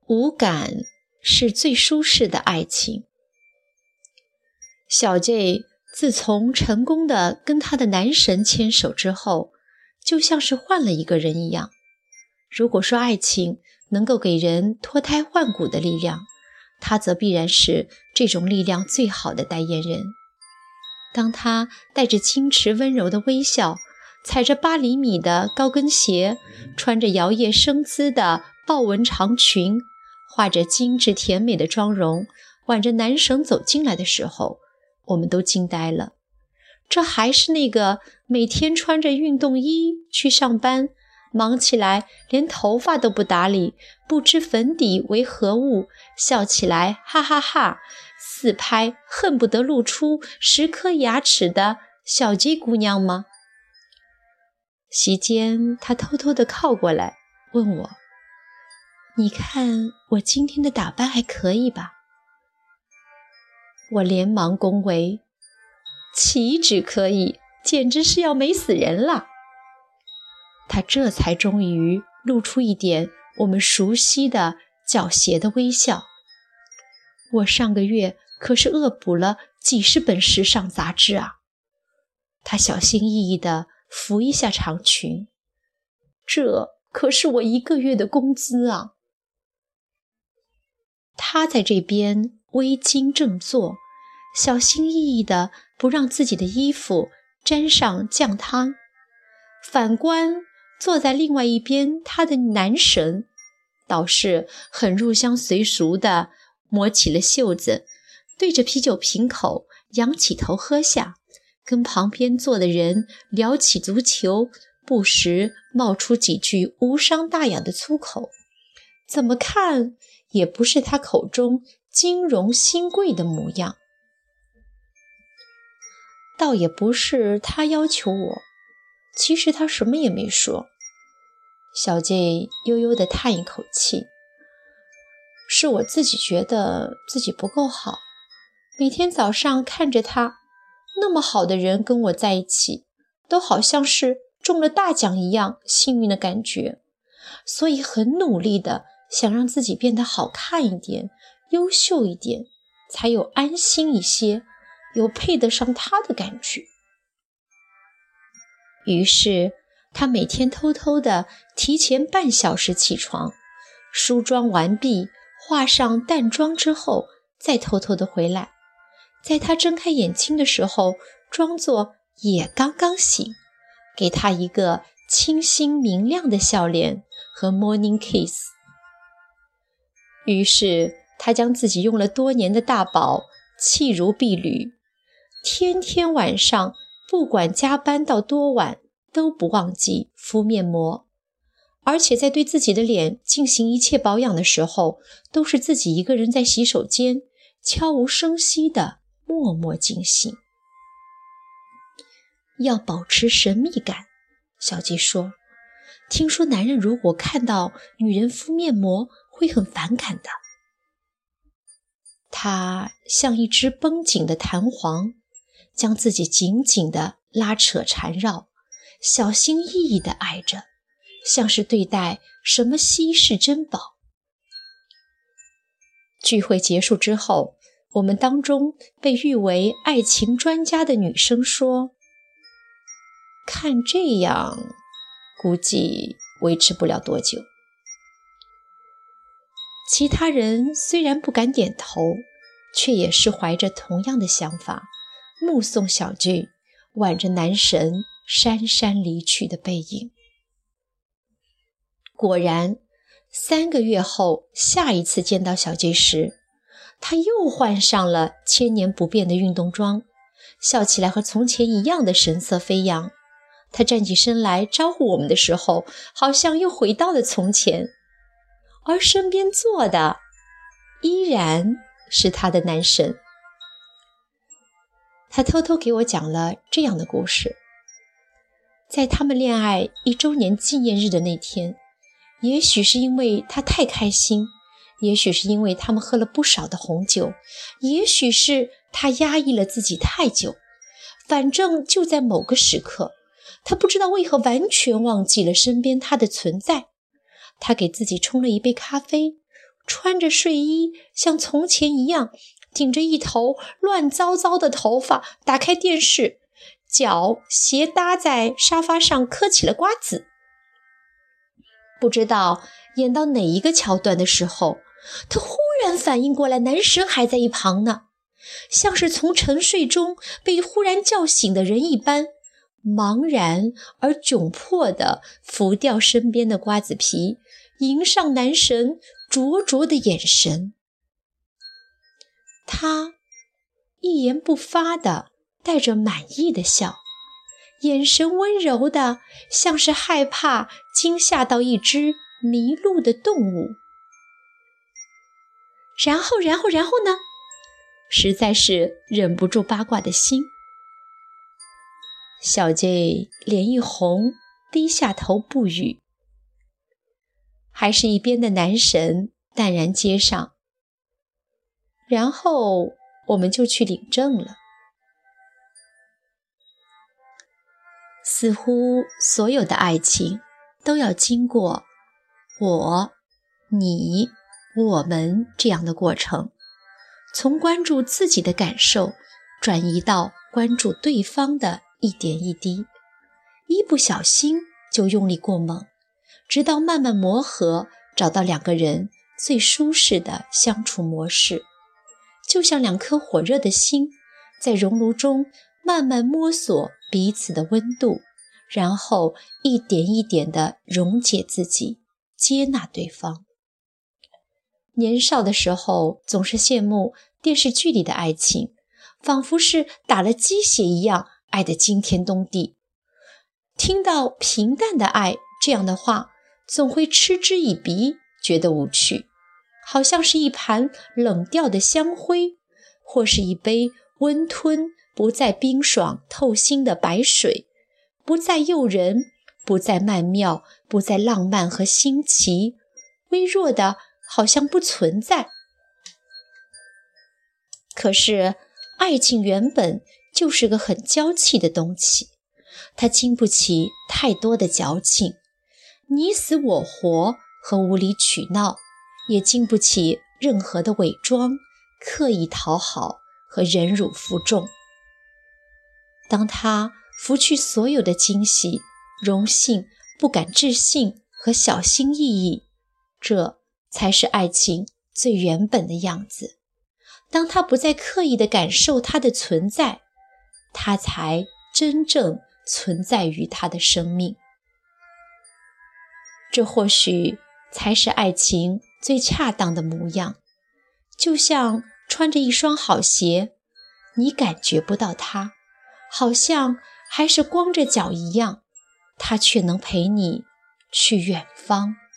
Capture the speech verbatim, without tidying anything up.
无感是最舒适的爱情。小 J 自从成功地跟他的男神牵手之后，就像是换了一个人一样。如果说爱情能够给人脱胎换骨的力量，他则必然是这种力量最好的代言人。当他带着矜持温柔的微笑，踩着八厘米的高跟鞋，穿着摇曳生姿的豹纹长裙，画着精致甜美的妆容，挽着男绳走进来的时候，我们都惊呆了。这还是那个每天穿着运动衣去上班，忙起来连头发都不打理，不知粉底为何物，笑起来哈哈哈，四拍恨不得露出十颗牙齿的小 J 姑娘吗？席间，她偷偷地靠过来问我，你看我今天的打扮还可以吧？我连忙恭维，岂止可以，简直是要美死人了。他这才终于露出一点我们熟悉的狡黠的微笑。我上个月可是恶补了几十本时尚杂志啊。他小心翼翼地扶一下长裙，这可是我一个月的工资啊。他在这边微襟正坐，小心翼翼地不让自己的衣服沾上酱汤。反观坐在另外一边他的男神，倒是很入乡随俗地抹起了袖子，对着啤酒瓶口仰起头喝下，跟旁边坐的人聊起足球，不时冒出几句无伤大雅的粗口，怎么看也不是他口中金融新贵的模样。倒也不是他要求我，其实他什么也没说。小 J 悠悠地叹一口气，是我自己觉得自己不够好，每天早上看着他，那么好的人跟我在一起，都好像是中了大奖一样幸运的感觉，所以很努力的想让自己变得好看一点，优秀一点，才有安心一些，有配得上他的感觉。于是他每天偷偷的提前半小时起床，梳妆完毕，化上淡妆之后，再偷偷的回来。在他睁开眼睛的时候，装作也刚刚醒，给他一个清新明亮的笑脸和 morning kiss。 于是他将自己用了多年的大宝弃如敝履，天天晚上不管加班到多晚，都不忘记敷面膜，而且在对自己的脸进行一切保养的时候，都是自己一个人在洗手间悄无声息地默默进行。要保持神秘感，小 J 说，听说男人如果看到女人敷面膜会很反感的。他像一只绷紧的弹簧，将自己紧紧地拉扯缠绕，小心翼翼地爱着，像是对待什么稀世珍宝。聚会结束之后，我们当中被誉为爱情专家的女生说，看这样估计维持不了多久。其他人虽然不敢点头，却也是怀着同样的想法，目送小 J 挽着男神姗姗离去的背影。果然，三个月后下一次见到小 J 时，他又换上了千年不变的运动装，笑起来和从前一样的神色飞扬。他站起身来招呼我们的时候，好像又回到了从前，而身边坐的依然是他的男神。他偷偷给我讲了这样的故事，在他们恋爱一周年纪念日的那天，也许是因为他太开心，也许是因为他们喝了不少的红酒，也许是他压抑了自己太久，反正就在某个时刻，他不知道为何完全忘记了身边他的存在。他给自己冲了一杯咖啡， 穿着睡衣，像从前一样，顶着一头乱糟糟的头发，打开电视，脚斜搭在沙发上嗑起了瓜子。不知道演到哪一个桥段的时候，他忽然反应过来，男神还在一旁呢，像是从沉睡中被忽然叫醒的人一般，茫然而窘迫地拂掉身边的瓜子皮，迎上男神灼灼的眼神。他一言不发地带着满意的笑，眼神温柔的，像是害怕惊吓到一只迷路的动物。然后然后然后呢？实在是忍不住八卦的心。小 J 脸一红，低下头不语。还是一边的男神淡然接上，然后我们就去领证了。似乎所有的爱情都要经过我、你、我们这样的过程，从关注自己的感受转移到关注对方的一点一滴，一不小心就用力过猛，直到慢慢磨合，找到两个人最舒适的相处模式。就像两颗火热的心，在熔炉中慢慢摸索彼此的温度，然后一点一点地溶解自己，接纳对方。年少的时候总是羡慕电视剧里的爱情，仿佛是打了鸡血一样，爱得惊天动地。听到平淡的爱这样的话，总会嗤之以鼻，觉得无趣，好像是一盘冷掉的香灰，或是一杯温吞不再冰爽透心的白水，不再诱人，不再曼妙，不再浪漫和新奇，微弱的好像不存在。可是爱情原本就是个很娇气的东西，它经不起太多的矫情，你死我活和无理取闹，也经不起任何的伪装、刻意讨好和忍辱负重。当它拂去所有的惊喜、荣幸、不敢置信和小心翼翼，这才是爱情最原本的样子。当他不再刻意地感受它的存在，它才真正存在于他的生命。这或许才是爱情最恰当的模样。就像穿着一双好鞋，你感觉不到它，好像还是光着脚一样，它却能陪你去远方。